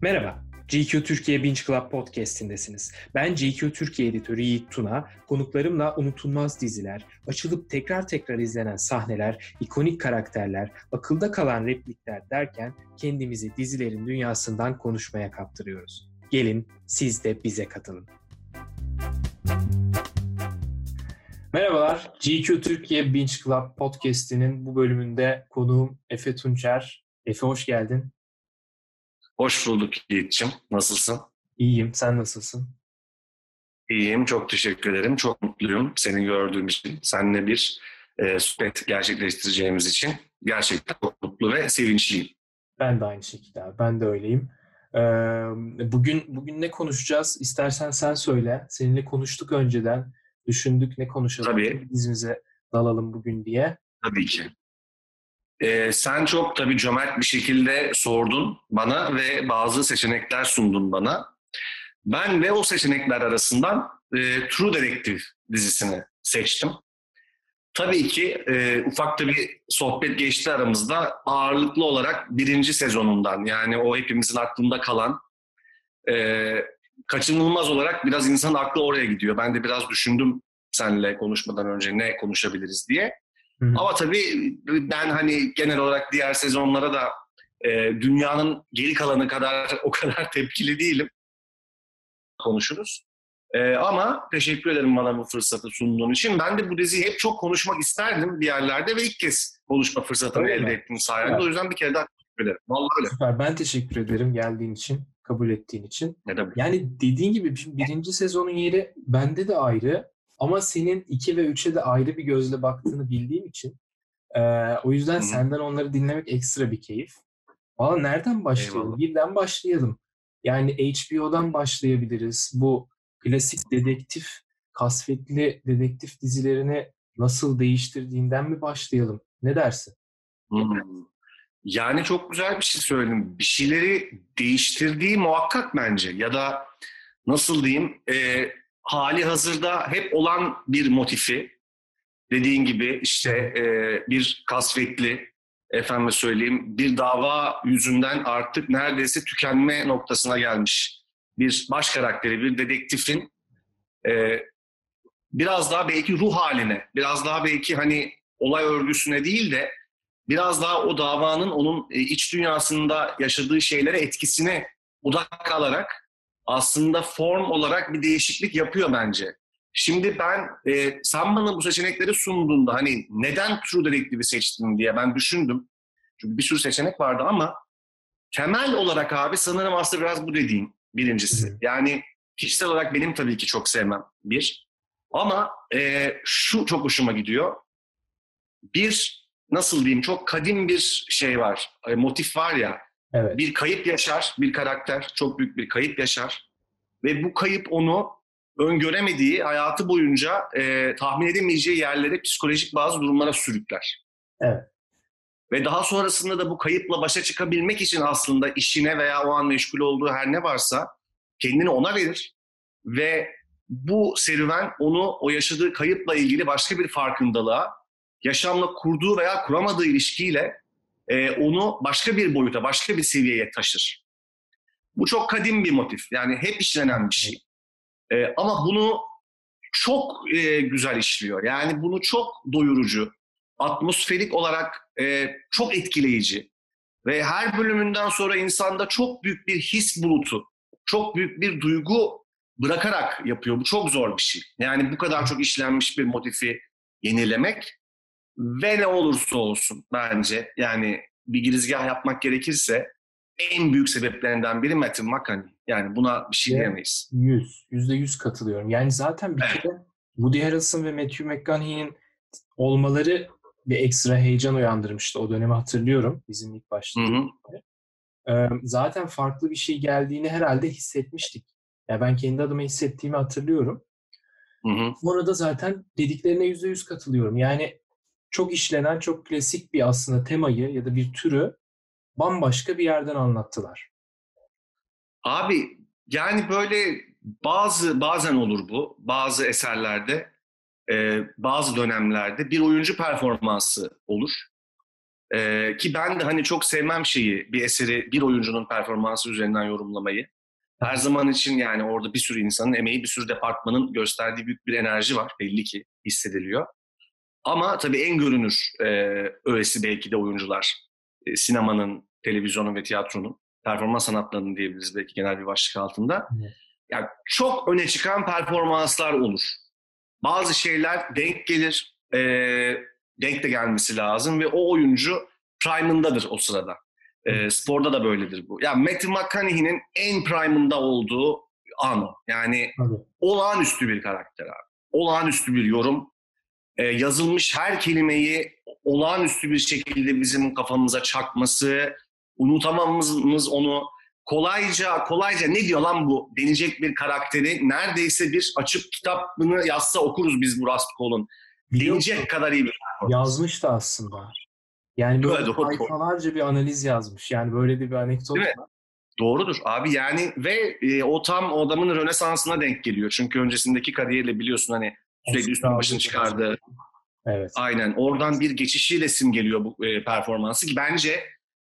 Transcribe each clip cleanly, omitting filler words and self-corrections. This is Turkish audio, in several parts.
Merhaba, GQ Türkiye Binge Club podcast'indesiniz. Ben GQ Türkiye editörü Yiğit Tuna, konuklarımla unutulmaz diziler, açılıp tekrar tekrar izlenen sahneler, ikonik karakterler, akılda kalan replikler derken kendimizi dizilerin dünyasından konuşmaya kaptırıyoruz. Gelin siz de bize katılın. Merhabalar, GQ Türkiye Binge Club podcast'inin bu bölümünde konuğum Efe Tunçer. Efe hoş geldin. Hoş bulduk Yiğit'ciğim. Nasılsın? İyiyim, sen nasılsın? İyiyim, çok teşekkür ederim. Çok mutluyum seni gördüğüm için. Seninle bir sohbet gerçekleştireceğimiz için gerçekten çok mutlu ve sevinçliyim. Ben de aynı şekilde abi, ben de öyleyim. Bugün ne konuşacağız? İstersen sen söyle. Seninle konuştuk önceden. Düşündük ne konuşalım, Tabii, dizimize dalalım bugün diye. tabii ki. Sen çok tabii cömert bir şekilde sordun bana ve bazı seçenekler sundun bana. Ben ve o seçenekler arasından True Detective dizisini seçtim. Tabii ki ufak da bir sohbet geçti aramızda. Ağırlıklı olarak birinci sezonundan, yani o hepimizin aklında kalan, kaçınılmaz olarak biraz insanın aklı oraya gidiyor. Ben de biraz düşündüm seninle konuşmadan önce ne konuşabiliriz diye. Hı hı. Ama tabii ben hani genel olarak diğer sezonlara da dünyanın geri kalanı kadar o kadar tepkili değilim. Konuşuruz. Ama teşekkür ederim bana bu fırsatı sunduğun için. Ben de bu diziyi hep çok konuşmak isterdim bir yerlerde ve ilk kez konuşma fırsatını Öyle elde mi? ettim sayende. Süper. O yüzden bir kere daha teşekkür ederim. Vallahi öyle. Süper. Ben teşekkür ederim geldiğin için, kabul ettiğin için. Ne demek? Yani dediğin gibi şimdi birinci sezonun yeri bende de ayrı. Ama senin 2 ve 3'e de ayrı bir gözle baktığını bildiğim için o yüzden Hı-hı. senden onları dinlemek ekstra bir keyif. Valla nereden başlayalım? Eyvallah. Birden başlayalım. Yani HBO'dan başlayabiliriz. Bu klasik dedektif, kasvetli dedektif dizilerini nasıl değiştirdiğinden mi başlayalım? Ne dersin? Hmm. Yani çok güzel bir şey söyledin. Bir şeyleri değiştirdiği muhakkak bence. Ya da nasıl diyeyim, hali hazırda hep olan bir motifi, dediğin gibi işte bir kasvetli, efendime söyleyeyim, bir dava yüzünden artık neredeyse tükenme noktasına gelmiş bir baş karakteri, bir dedektifin e, biraz daha belki ruh haline, biraz daha belki hani olay örgüsüne değil de biraz daha o davanın onun iç dünyasında yaşadığı şeylere etkisine odak alarak aslında form olarak bir değişiklik yapıyor bence. Şimdi sen bana bu seçenekleri sunduğunda hani neden True Detective'i seçtin diye ben düşündüm. Çünkü bir sürü seçenek vardı ama temel olarak abi sanırım aslında biraz bu dediğin Hı birincisi. hı. Yani kişisel olarak benim tabii ki çok sevmem bir. Ama şu çok hoşuma gidiyor. Bir, nasıl diyeyim, çok kadim bir şey var, motif var ya, Evet. bir kayıp yaşar, bir karakter çok büyük bir kayıp yaşar ve bu kayıp onu öngöremediği, hayatı boyunca tahmin edemeyeceği yerlere, psikolojik bazı durumlara sürükler. Evet. Ve daha sonrasında da bu kayıpla başa çıkabilmek için aslında işine veya o an meşgul olduğu her ne varsa kendini ona verir ve bu serüven onu o yaşadığı kayıpla ilgili başka bir farkındalığa, yaşamla kurduğu veya kuramadığı ilişkiyle onu başka bir boyuta, başka bir seviyeye taşır. Bu çok kadim bir motif. Yani hep işlenen bir şey. Ama bunu çok güzel işliyor. Yani bunu çok doyurucu, atmosferik olarak çok etkileyici ve her bölümünden sonra insanda çok büyük bir his bulutu, çok büyük bir duygu bırakarak yapıyor. Bu çok zor bir şey. Yani bu kadar çok işlenmiş bir motifi yenilemek ve ne olursa olsun bence, yani bir girizgah yapmak gerekirse en büyük sebeplerinden biri Matthew McConaughey. Yani buna bir şey Ve diyemeyiz. %100 katılıyorum. Yani zaten bir kere Woody Harrelson ve Matthew McConaughey'in olmaları bir ekstra heyecan uyandırmıştı. O dönemi hatırlıyorum bizim ilk Hı başladığı. hı, Zaten farklı bir şey geldiğini herhalde hissetmiştik. Yani ben kendi adıma hissettiğimi hatırlıyorum. hı hı. Sonra da zaten dediklerine %100 katılıyorum. Yani çok işlenen, çok klasik bir aslında temayı ya da bir türü bambaşka bir yerden anlattılar. Abi yani böyle bazen olur bu. Bazı eserlerde, bazı dönemlerde bir oyuncu performansı olur. Ki ben de hani çok sevmem şeyi, bir eseri bir oyuncunun performansı üzerinden yorumlamayı. Her zaman için yani orada bir sürü insanın emeği, bir sürü departmanın gösterdiği büyük bir enerji var. Belli ki hissediliyor. Ama tabii en görünür öğesi belki de oyuncular. Sinemanın, televizyonun ve tiyatronun, performans sanatlarının diyebiliriz belki genel bir başlık altında. Yani çok öne çıkan performanslar olur. Bazı şeyler denk gelir, denk de gelmesi lazım ve o oyuncu prime'ındadır o sırada. Sporda da böyledir bu. Yani Matthew McConaughey'nin en prime'ında olduğu an o. Yani olağanüstü bir karakter abi. Olağanüstü bir yorum. Yazılmış her kelimeyi olağanüstü bir şekilde bizim kafamıza çakması, unutamamamız onu kolayca ne diyor lan bu denecek bir karakteri neredeyse bir açıp kitabını yazsa okuruz biz bu Rust Cohle'un. Denecek kadar iyi bir yazmış da aslında. Yani böyle sayfalarca bir analiz yazmış. Yani böyle de bir anekdot var. Doğrudur abi yani ve o tam o adamın Rönesans'ına denk geliyor. Çünkü öncesindeki kariyeriyle biliyorsun hani sürekli üstünü başını çıkardı. Evet. Aynen. Oradan bir geçişiyle simgeliyor bu performansı ki bence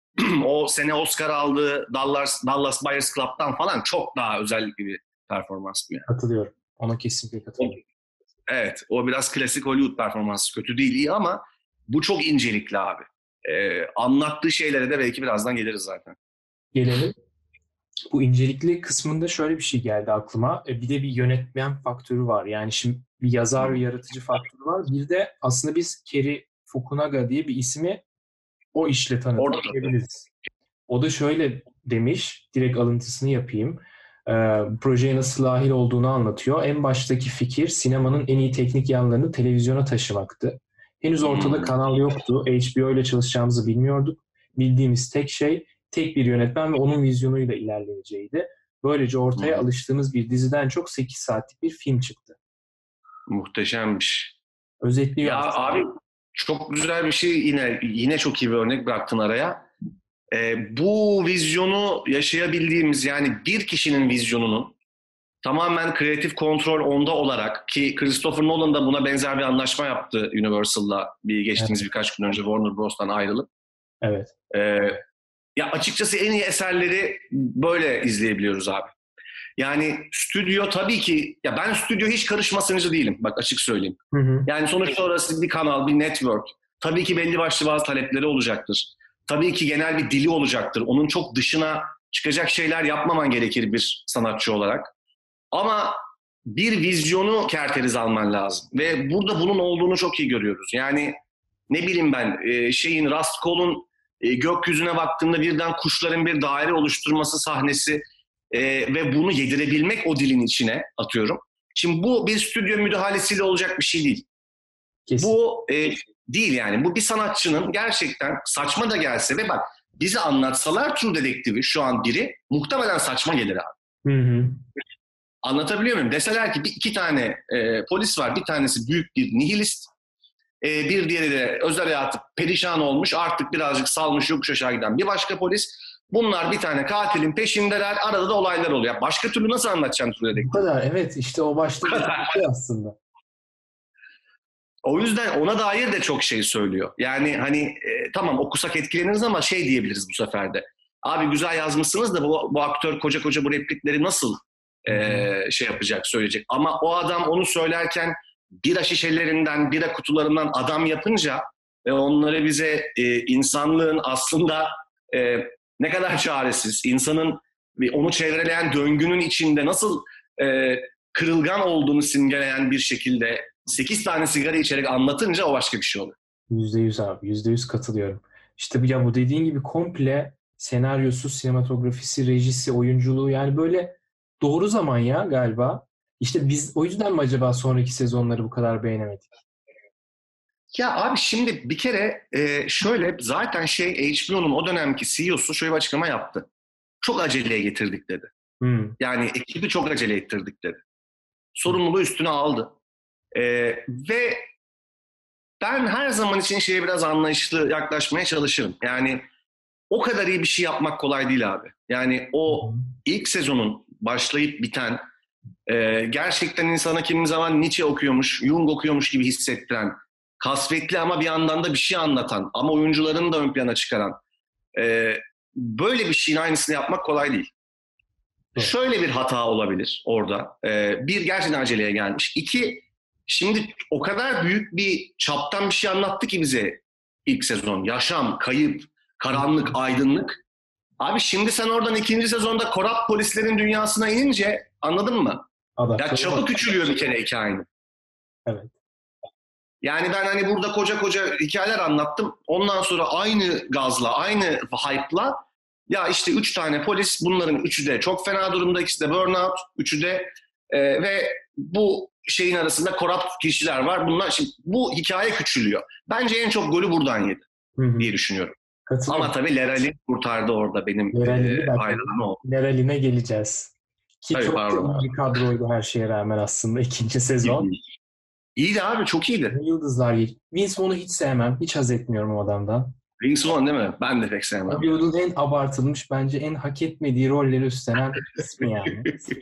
o sene Oscar aldığı Dallas Buyers Club'tan falan çok daha özellikli bir performans bu yani. Katılıyorum. Ona kesinlikle katılıyorum. Evet. O biraz klasik Hollywood performansı. Kötü değil, iyi ama bu çok incelikli abi. Anlattığı şeylere de belki birazdan geliriz zaten. Gelelim. Bu incelikli kısmında şöyle bir şey geldi aklıma. Bir de bir yönetmen faktörü var. Yani şimdi bir yazar ve yaratıcı faktörü var. Bir de aslında biz Cary Fukunaga diye bir ismi o işle tanıtabiliriz. O da şöyle demiş, direkt alıntısını yapayım. Projeye nasıl dahil olduğunu anlatıyor. En baştaki fikir sinemanın en iyi teknik yanlarını televizyona taşımaktı. Henüz ortada kanal yoktu. HBO ile çalışacağımızı bilmiyorduk. Bildiğimiz tek şey tek bir yönetmen ve onun vizyonuyla ilerleneceğiydi. Böylece ortaya alıştığımız bir diziden çok 8 saatlik bir film çıktı. Muhteşemmiş. Özetliyor. Ya aslında. Abi çok güzel bir şey yine çok iyi bir örnek bıraktın araya. Bu vizyonu yaşayabildiğimiz yani bir kişinin vizyonunun tamamen kreatif kontrol onda olarak ki Christopher Nolan da buna benzer bir anlaşma yaptı Universal'la geçtiğimiz birkaç gün önce Warner Bros'tan ayrılıp. Evet. Ya açıkçası en iyi eserleri böyle izleyebiliyoruz abi. Yani stüdyo tabii ki ya ben stüdyo hiç karışmasıncı değilim. Bak açık söyleyeyim. Yani sonuçta orası bir kanal, bir network. Tabii ki belli başlı bazı talepleri olacaktır. Tabii ki genel bir dili olacaktır. Onun çok dışına çıkacak şeyler yapmaman gerekir bir sanatçı olarak. Ama bir vizyonu kerteriz alman lazım. Ve burada bunun olduğunu çok iyi görüyoruz. Yani ne bileyim ben Rust Cohle'un gökyüzüne baktığında birden kuşların bir daire oluşturması sahnesi ve bunu yedirebilmek o dilin içine atıyorum. Şimdi bu bir stüdyo müdahalesiyle olacak bir şey değil. Kesin. Bu değil yani. Bu bir sanatçının gerçekten saçma da gelse ve bak bizi anlatsalar True Detective'i şu an biri muhtemelen saçma gelir abi. Anlatabiliyor muyum? Deseler ki iki tane polis var. Bir tanesi büyük bir nihilist. Bir diğeri de özel hayatı perişan olmuş. Artık birazcık salmış yokuş aşağı giden bir başka polis. Bunlar bir tane katilin peşindeler. Arada da olaylar oluyor. Başka türlü nasıl anlatacaksın True Detective? Bu kadar. Evet işte o başlık aslında. O yüzden ona dair de çok şey söylüyor. Yani hani tamam okusak etkileniriz ama şey diyebiliriz bu sefer de. Abi güzel yazmışsınız da bu aktör koca bu replikleri nasıl şey yapacak, söyleyecek. Ama o adam onu söylerken bira şişelerinden, bira kutularından adam yapınca ve onları bize insanlığın aslında ne kadar çaresiz, insanın onu çevreleyen döngünün içinde nasıl kırılgan olduğunu simgeleyen bir şekilde 8 tane sigara içerek anlatınca o başka bir şey oluyor. %100 abi. %100 katılıyorum. İşte ya bu dediğin gibi komple senaryosu, sinematografisi, rejisi, oyunculuğu yani böyle doğru zaman ya galiba. İşte biz o yüzden mi acaba sonraki sezonları bu kadar beğenemedik? Ya abi şimdi bir kere şöyle zaten HBO'nun o dönemki CEO'su şöyle bir açıklama yaptı. Çok aceleye getirdik dedi. Yani ekibi çok acele ettirdik dedi. Sorumluluğu üstüne aldı. Ve ben her zaman için şeye biraz anlayışlı yaklaşmaya çalışırım. Yani o kadar iyi bir şey yapmak kolay değil abi. Yani o ilk sezonun başlayıp biten gerçekten insana kimi zaman Nietzsche okuyormuş, Jung okuyormuş gibi hissettiren kasvetli ama bir yandan da bir şey anlatan ama oyuncularını da ön plana çıkaran böyle bir şeyin aynısını yapmak kolay değil. Evet. Şöyle bir hata olabilir orada. Bir, gerçekten aceleye gelmiş. İki, şimdi o kadar büyük bir çaptan bir şey anlattı ki bize ilk sezon. Yaşam, kayıp, karanlık, aydınlık. Abi şimdi sen oradan ikinci sezonda korrupt polislerin dünyasına inince, anladın mı? Ya çapı küçülüyor bir kere hikayenin. Evet. Yani ben hani burada koca koca hikayeler anlattım. Ondan sonra aynı gazla, aynı hype'la ya işte 3 tane polis, bunların 3'ü de çok fena durumda, ikisi de burnout, 3'ü de ve bu şeyin arasında corrupt kişiler var. Bunlar, şimdi bu hikaye küçülüyor. Bence en çok golü buradan yedi diye düşünüyorum. Ama tabii Leral'in kurtardı orada benim hayranım o. Leral'ine geleceğiz. Ki tabii, çok iyi bir kadroydu her şeye rağmen aslında ikinci sezon. İyiydi abi, çok iyiydi. Yıldızlar iyi. Vince Vaughn'u hiç sevmem. Hiç haz etmiyorum o adamdan. Vince Vaughn değil mi? Ben de pek sevmem. Hollywood'un en abartılmış, bence en hak etmediği rolleri üstlenen ismi yani.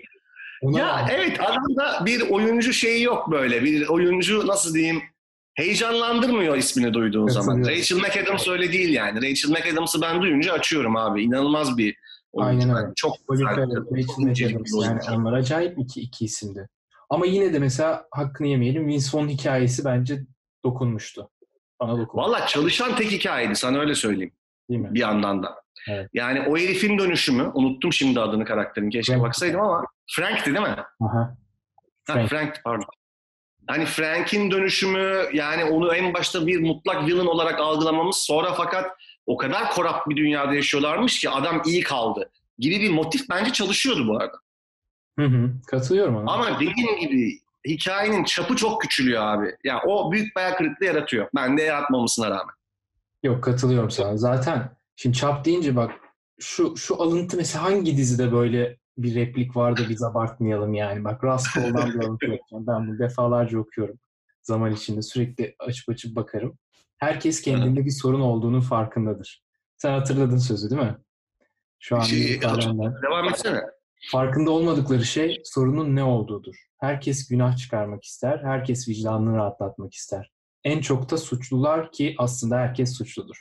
Evet, adamda bir oyuncu şeyi yok böyle. Bir oyuncu, nasıl diyeyim, heyecanlandırmıyor ismini duyduğun zaman. Rachel McAdams öyle değil yani. Rachel McAdams'ı ben duyunca açıyorum abi. İnanılmaz bir oyuncu. Aynen öyle. Çok güzel. Rachel McAdams yani onlar acayip iki isimdi. Ama yine de mesela hakkını yemeyelim. Vince Vaughn'un hikayesi bence dokunmuştu. Bana dokunmuştu. Valla çalışan tek hikayeydi, sana öyle söyleyeyim. Değil mi? Bir yandan da. Evet. Yani o herifin dönüşümü, unuttum şimdi adını karakterin. Keşke baksaydım ama Frank'ti değil mi? Aha. Frank, pardon. Hani Frank'in dönüşümü, yani onu en başta bir mutlak villain olarak algılamamız, sonra fakat o kadar korrupt bir dünyada yaşıyorlarmış ki adam iyi kaldı gibi bir motif bence çalışıyordu bu arada. Katılıyorum ona. Ama dediğim gibi hikayenin çapı çok küçülüyor abi. Yani o büyük bayağı kırıklığı yaratıyor. Ben de yaratmamasına rağmen. Yok, katılıyorum sana. Zaten şimdi çap deyince bak şu alıntı mesela hangi dizide böyle bir replik vardı, biz abartmayalım yani. Bak, Roscoe'dan bir alıntı yapacağım. Ben bunu defalarca okuyorum. Zaman içinde sürekli açıp bakarım. Herkes kendinde bir sorun olduğunun farkındadır. Sen hatırladın sözü değil mi? Şu an devam etsene. Farkında olmadıkları şey sorunun ne olduğudur. Herkes günah çıkarmak ister. Herkes vicdanını rahatlatmak ister. En çok da suçlular, ki aslında herkes suçludur.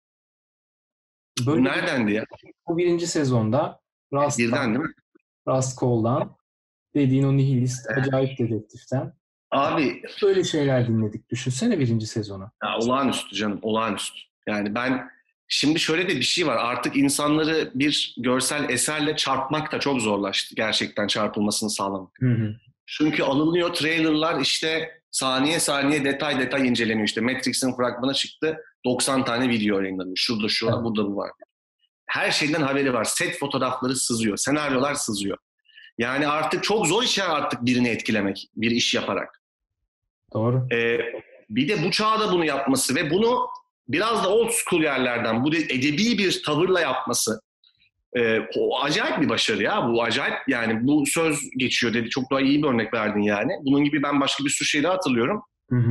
Böyle neredendi ya? Bu birinci sezonda birden değil mi? Roscoe'dan, dediğin o nihilist, acayip dedektiften. Abi böyle şeyler dinledik. Düşünsene birinci sezonu. Ya, olağanüstü canım, olağanüstü. Yani ben şimdi şöyle de bir şey var. Artık insanları bir görsel eserle çarpmak da çok zorlaştı. Gerçekten çarpılmasını sağlamak. Çünkü alınıyor trailerlar, işte saniye saniye detay inceleniyor. İşte Matrix'in fragmanı çıktı. 90 tane video yayınlanıyor. Şurada şu var, burada bu var. Her şeyden haberi var. Set fotoğrafları sızıyor. Senaryolar sızıyor. Yani artık çok zor iş artık birini etkilemek. Bir iş yaparak. Doğru. Bir de bu çağda bunu yapması ve bunu biraz da old school yerlerden, bu edebi bir tavırla yapması o acayip bir başarı ya. Bu acayip, yani bu söz geçiyor dedi. Çok daha iyi bir örnek verdin yani. Bunun gibi ben başka bir sürü şey de hatırlıyorum.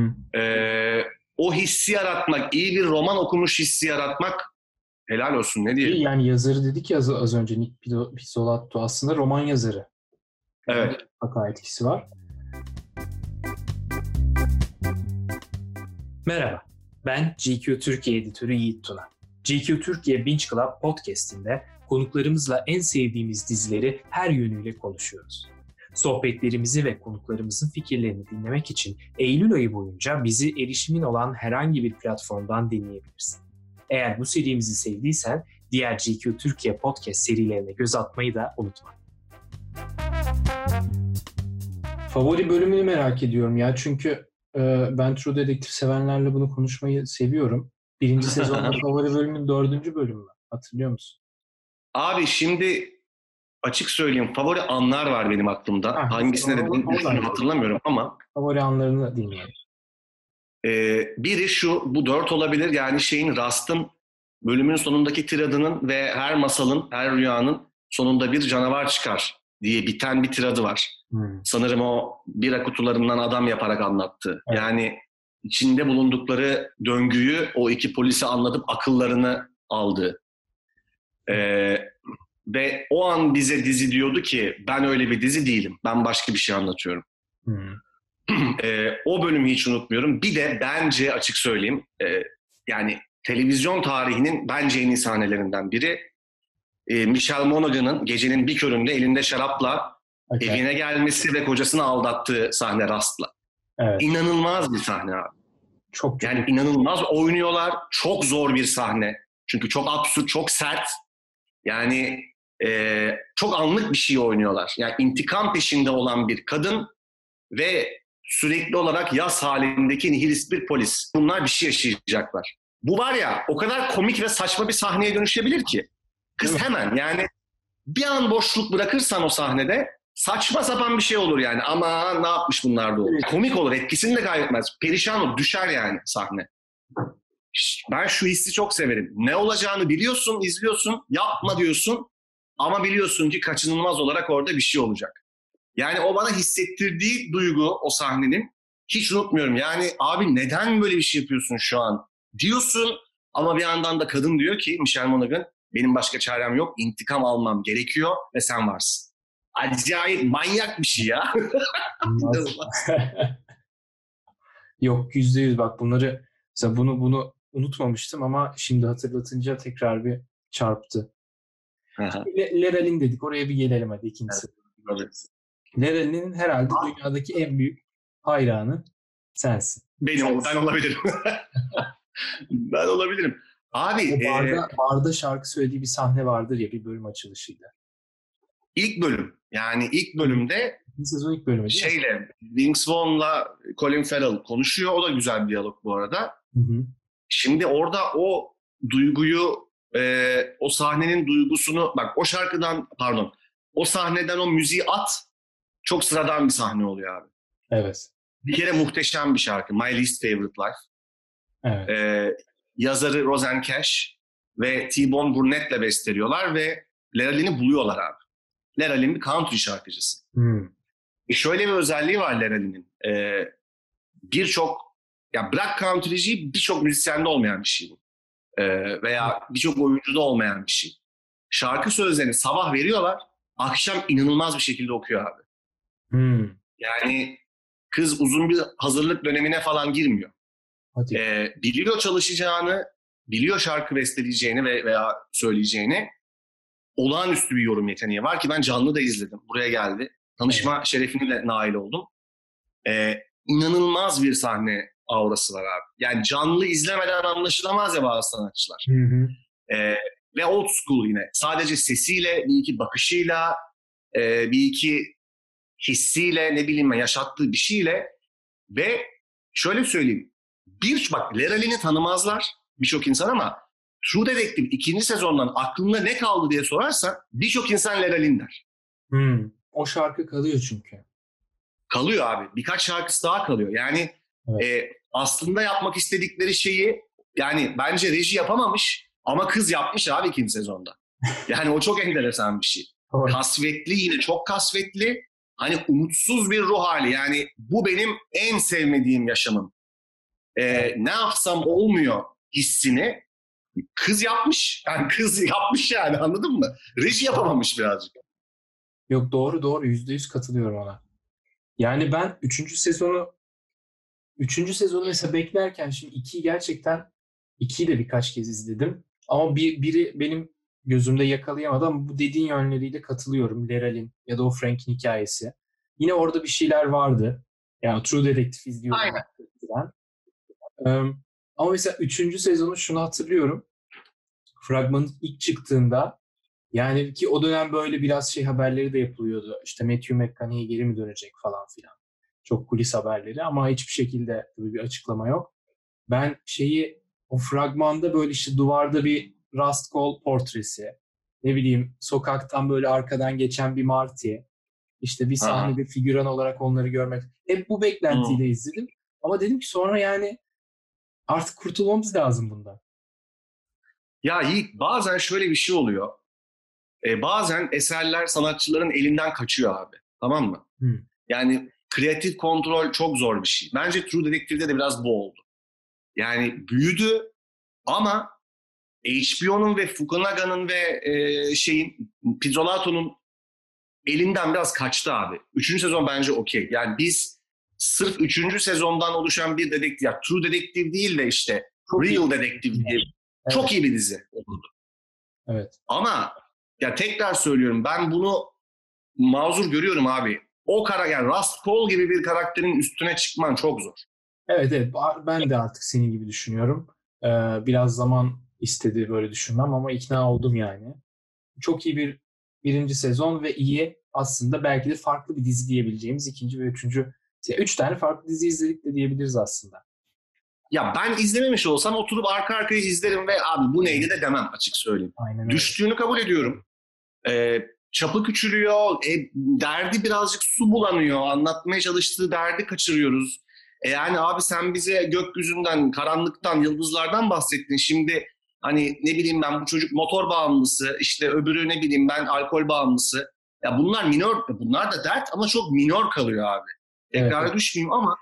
O hissi yaratmak, iyi bir roman okumuş hissi yaratmak, helal olsun, ne diyeyim. Yani yazarı dedik ya az önce, Nick Pizzolatto aslında roman yazarı. Evet. Mutlaka etkisi var. Merhaba, ben GQ Türkiye editörü Yiğit Tuna. GQ Türkiye Binge Club podcast'inde konuklarımızla en sevdiğimiz dizileri her yönüyle konuşuyoruz. Sohbetlerimizi ve konuklarımızın fikirlerini dinlemek için Eylül ayı boyunca bizi erişimin olan herhangi bir platformdan dinleyebilirsin. Eğer bu serimizi sevdiysen diğer GQ Türkiye podcast serilerine göz atmayı da unutma. Favori bölümünü merak ediyorum ya, çünkü ben True Detective sevenlerle bunu konuşmayı seviyorum. Birinci sezonda favori bölümün 4. bölümü. Hatırlıyor musun? Abi şimdi açık söyleyeyim, favori anlar var benim aklımda. Hangisine de düşündüğümü hatırlamıyorum ama. Favori anlarını dinleyelim. Biri şu, bu 4 olabilir. Yani Rust'ın bölümün sonundaki tiradının ve her masalın, her rüyanın sonunda bir canavar çıkar diye biten bir tiradı var. Sanırım o bira kutularından adam yaparak anlattı. Evet. Yani içinde bulundukları döngüyü o iki polisi anlatıp akıllarını aldı. Ve o an bize dizi diyordu ki ben öyle bir dizi değilim. Ben başka bir şey anlatıyorum. O bölümü hiç unutmuyorum. Bir de bence açık söyleyeyim, yani televizyon tarihinin bence en iyi sahnelerinden biri. Michelle Monaghan'ın gecenin bir köründe elinde şarapla evine gelmesi ve kocasını aldattığı sahne Rust'la. Evet. İnanılmaz bir sahne abi. Çok Yani inanılmaz oynuyorlar. Çok zor bir sahne. Çünkü çok absürt, çok sert. Yani çok anlık bir şey oynuyorlar. Yani intikam peşinde olan bir kadın ve sürekli olarak yas halindeki nihilist bir polis. Bunlar bir şey yaşayacaklar. Bu var ya, o kadar komik ve saçma bir sahneye dönüşebilir ki. Kız hemen, yani bir an boşluk bırakırsan o sahnede saçma sapan bir şey olur yani. Ama ne yapmış bunlar da olur. Komik olur, etkisini de kaybetmez. Perişan olur, düşer yani sahne. Ben şu hissi çok severim. Ne olacağını biliyorsun, izliyorsun, yapma diyorsun. Ama biliyorsun ki kaçınılmaz olarak orada bir şey olacak. Yani o bana hissettirdiği duygu o sahnenin hiç unutmuyorum. Yani abi neden böyle bir şey yapıyorsun şu an diyorsun ama bir yandan da kadın diyor ki Michelle Monaghan, benim başka çarem yok, intikam almam gerekiyor ve sen varsın. Acayip manyak bir şey ya. Yok, %100 bak bunları mesela bunu unutmamıştım ama şimdi hatırlatınca tekrar bir çarptı. Leral'in dedik, oraya bir gelelim hadi ikincisi. Evet. Leral'in herhalde dünyadaki en büyük hayranı sensin. Ben olabilirim. Ben olabilirim. Abi barda şarkı söylediği bir sahne vardır ya, bir bölüm açılışıydı. İlk bölüm. Yani ilk bölümde sezon ilk bölümü Vince Vaughn'la Colin Farrell konuşuyor. O da güzel bir diyalog bu arada. Hı. Şimdi orada o duyguyu, o sahnenin duygusunu, bak o şarkıdan, pardon, o sahneden o müziği at, çok sıradan bir sahne oluyor abi. Evet. Bir kere muhteşem bir şarkı. My Least Favorite Life. Evet. Yazarı Rosanne Cash ve T-Bone Burnett'le besteliyorlar ve Leral'ini buluyorlar abi. Leral'in bir country şarkıcısı. Şöyle bir özelliği var Leral'inin. Ya bırak country'ciyi, birçok müzisyende olmayan bir şey bu. Veya birçok oyuncuda olmayan bir şey. Şarkı sözlerini sabah veriyorlar, akşam inanılmaz bir şekilde okuyor abi. Yani kız uzun bir hazırlık dönemine falan girmiyor. Biliyor çalışacağını, biliyor şarkı besteleyeceğini veya söyleyeceğini. Olağanüstü bir yorum yeteneği var ki ben canlı da izledim. Buraya geldi. Tanışma şerefine de nail oldum. İnanılmaz bir sahne aurası var abi. Yani canlı izlemeden anlaşılamaz ya bazı sanatçılar. Ve old school yine. Sadece sesiyle, bir iki bakışıyla, bir iki hissiyle, ne bileyim ben, yaşattığı bir şeyle ve şöyle söyleyeyim. Bak Leral'ini tanımazlar birçok insan ama True Detective 2. sezondan aklında ne kaldı diye sorarsan birçok insan Leral'in der. O şarkı kalıyor çünkü. Kalıyor abi. Birkaç şarkısı daha kalıyor. Yani aslında yapmak istedikleri şeyi, yani bence reji yapamamış ama kız yapmış abi 2. sezonda. Yani o çok enteresan bir şey. Kasvetli, yine çok kasvetli. Hani umutsuz bir ruh hali. Yani bu benim en sevmediğim yaşamım. Ne yapsam olmuyor hissini kız yapmış. Yani kız yapmış yani, anladın mı? Reji yapamamış birazcık. Yok, doğru %100 katılıyorum ona. Yani ben 3. sezonu mesela beklerken şimdi 2'yi de birkaç kez izledim. Ama biri benim gözümde yakalayamadı ama bu dediğin yönleriyle katılıyorum. Leral'in ya da o Frank'in hikayesi. Yine orada bir şeyler vardı. Yani True Detective izliyorum. Aynen. Ama mesela 3. sezonu şunu hatırlıyorum. Fragmanın ilk çıktığında, yani ki o dönem böyle biraz haberleri de yapılıyordu. İşte Matthew McConaughey geri mi dönecek falan filan. Çok kulis haberleri ama hiçbir şekilde bir açıklama yok. Ben o fragmanda böyle işte duvarda bir Rust Cohle portresi, ne bileyim sokaktan böyle arkadan geçen bir Marty, işte bir sahnede figüran olarak onları görmek. Hep bu beklentiyle izledim. Ama dedim ki sonra yani artık kurtulmamız lazım bundan. Ya Yiğit, bazen şöyle bir şey oluyor. Bazen eserler sanatçıların elinden kaçıyor abi. Tamam mı? Yani kreatif kontrol çok zor bir şey. Bence True Detective'de de biraz bu oldu. Yani büyüdü ama HBO'nun ve Fukunaga'nın ve Pizzolato'nun elinden biraz kaçtı abi. 3. sezon bence okey. Yani biz sırf 3. sezondan oluşan bir dedektif, ya True Detective değil de işte Çok Real iyi. Detective diye Evet. çok iyi bir dizi olurdu. Evet. Ama ya tekrar söylüyorum, ben bunu mazur görüyorum abi. O yani Rust Cole gibi bir karakterin üstüne çıkman çok zor. Evet, ben de artık senin gibi düşünüyorum. Biraz zaman istedi böyle düşünmem ama ikna oldum yani. Çok iyi bir birinci sezon ve iyi, aslında belki de farklı bir dizi diyebileceğimiz ikinci ve üçüncü. 3 tane farklı dizi izledik de diyebiliriz aslında. Ya ben izlememiş olsam oturup arka arkaya izlerim ve abi bu neydi de demem, açık söyleyeyim. Aynen öyle. Düştüğünü kabul ediyorum. Çapı küçülüyor, derdi birazcık su bulanıyor, anlatmaya çalıştığı derdi kaçırıyoruz. Yani abi sen bize gökyüzünden, karanlıktan, yıldızlardan bahsettin. Şimdi hani ne bileyim ben, bu çocuk motor bağımlısı, işte öbürü ne bileyim ben alkol bağımlısı. Ya bunlar minor, bunlar da dert ama çok minor kalıyor abi. Tekrara Evet. düşmeyeyim ama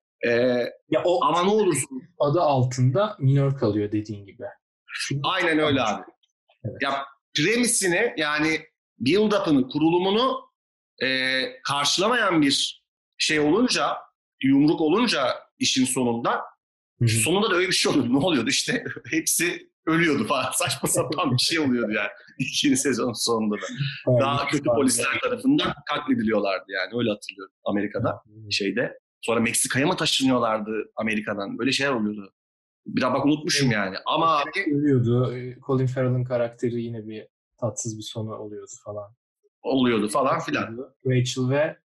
Ya o ama ne olursun. adı altında minör kalıyor dediğin gibi. Aynen öyle abi. Evet. Ya premisini, yani build-up'ını, kurulumunu karşılamayan bir şey olunca, yumruk olunca işin sonunda, sonunda da öyle bir şey oluyordu. Ne oluyordu işte? Hepsi ölüyordu falan. Saçma sapan bir şey oluyordu yani. 2. sezonun sonunda da. Daha kötü polisler tarafından katlediliyorlardı yani. Öyle hatırlıyorum Amerika'da şeyde. Sonra Meksika'ya mı taşınıyorlardı Amerika'dan? Böyle şeyler oluyordu. Biraz bak unutmuşum yani. Ama abi ölüyordu. Colin Farrell'ın karakteri yine bir tatsız bir sonu oluyordu falan. oluyordu falan filan. Rachel ve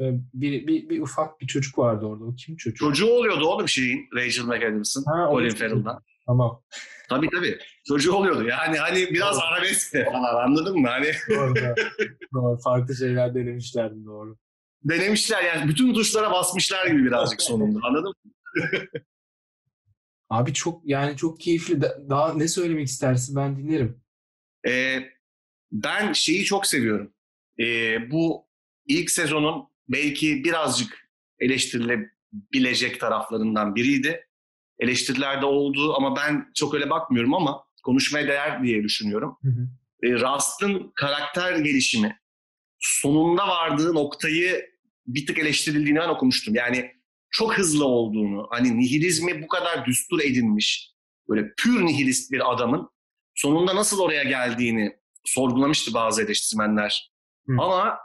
bir ufak bir çocuk vardı orada. O kim çocuk? Çocuğu oluyordu oğlum Rachel McAdams'ın, Colin Farrell'dan. Tamam. Tabii. Çocuğu oluyordu. Yani hani biraz arabesk de falan, anladın mı? Hani Doğru. Farklı şeyler denemişlerdi, doğru. denemişler yani, bütün tuşlara basmışlar gibi birazcık sonunda, anladın mı? Abi çok keyifli. Daha ne söylemek istersin, ben dinlerim. Ben şeyi çok seviyorum. Bu ilk sezonun belki birazcık eleştirilebilecek taraflarından biriydi. Eleştirilerde oldu ama ben çok öyle bakmıyorum, ama konuşmaya değer diye düşünüyorum. Rust'ın karakter gelişimi, sonunda vardığı noktayı bir tık eleştirildiğini ben okumuştum. Yani çok hızlı olduğunu, hani nihilizmi bu kadar düstur edinmiş, böyle pür nihilist bir adamın sonunda nasıl oraya geldiğini sorgulamıştı bazı eleştirmenler. Ama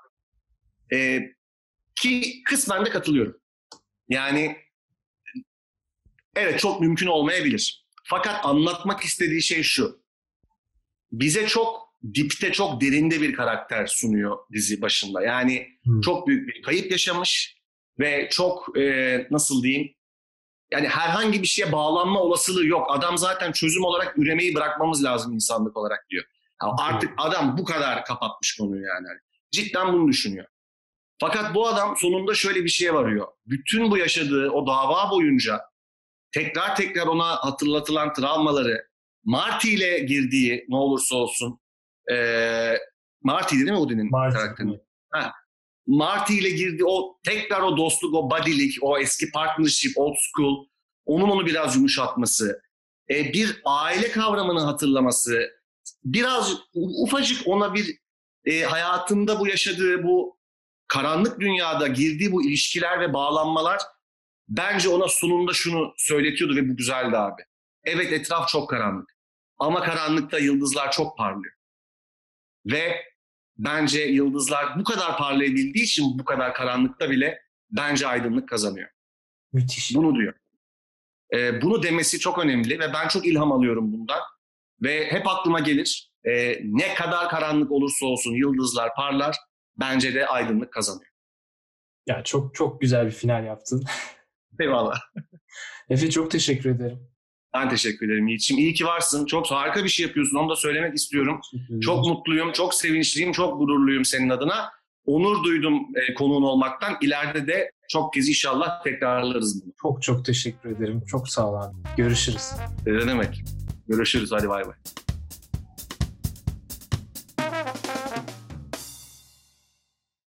ki kısmen de katılıyorum. Yani evet, çok mümkün olmayabilir. Fakat anlatmak istediği şey şu: bize çok dipte, çok derinde bir karakter sunuyor dizi başında. Yani çok büyük bir kayıp yaşamış ve çok nasıl diyeyim, yani herhangi bir şeye bağlanma olasılığı yok. Adam zaten çözüm olarak üremeyi bırakmamız lazım insanlık olarak diyor. Yani artık adam bu kadar kapatmış konuyu yani. Cidden bunu düşünüyor. Fakat bu adam sonunda şöyle bir şeye varıyor. Bütün bu yaşadığı o dava boyunca tekrar ona hatırlatılan travmaları, Marty ile girdiği, ne olursa olsun, Marty değil mi Odin'in karakterini? Marty ile girdiği tekrar o dostluk, o buddylik, o eski partnership, old school, onu biraz yumuşatması, bir aile kavramını hatırlaması, biraz ufacık ona bir hayatında bu yaşadığı, bu karanlık dünyada girdiği bu ilişkiler ve bağlanmalar bence ona sonunda şunu söyletiyordu ve bu güzeldi abi. Evet, etraf çok karanlık ama karanlıkta yıldızlar çok parlıyor. Ve bence yıldızlar bu kadar parlayabildiği için bu kadar karanlıkta bile bence aydınlık kazanıyor. Müthiş. Bunu diyor. Bunu demesi çok önemli ve ben çok ilham alıyorum bundan. Ve hep aklıma gelir, ne kadar karanlık olursa olsun yıldızlar parlar, bence de aydınlık kazanıyor. Ya çok güzel bir final yaptın. Eyvallah. Efe, çok teşekkür ederim. Ben teşekkür ederim Yiğit'ciğim. İyi ki varsın. Çok harika bir şey yapıyorsun. Onu da söylemek istiyorum. Çok mutluyum, çok sevinçliyim, çok gururluyum senin adına. Onur duydum konuğun olmaktan. İleride de çok kez inşallah tekrarlarız bunu. Çok teşekkür ederim. Çok sağ ol abi. Görüşürüz. Ne demek? Görüşürüz. Hadi bay bay.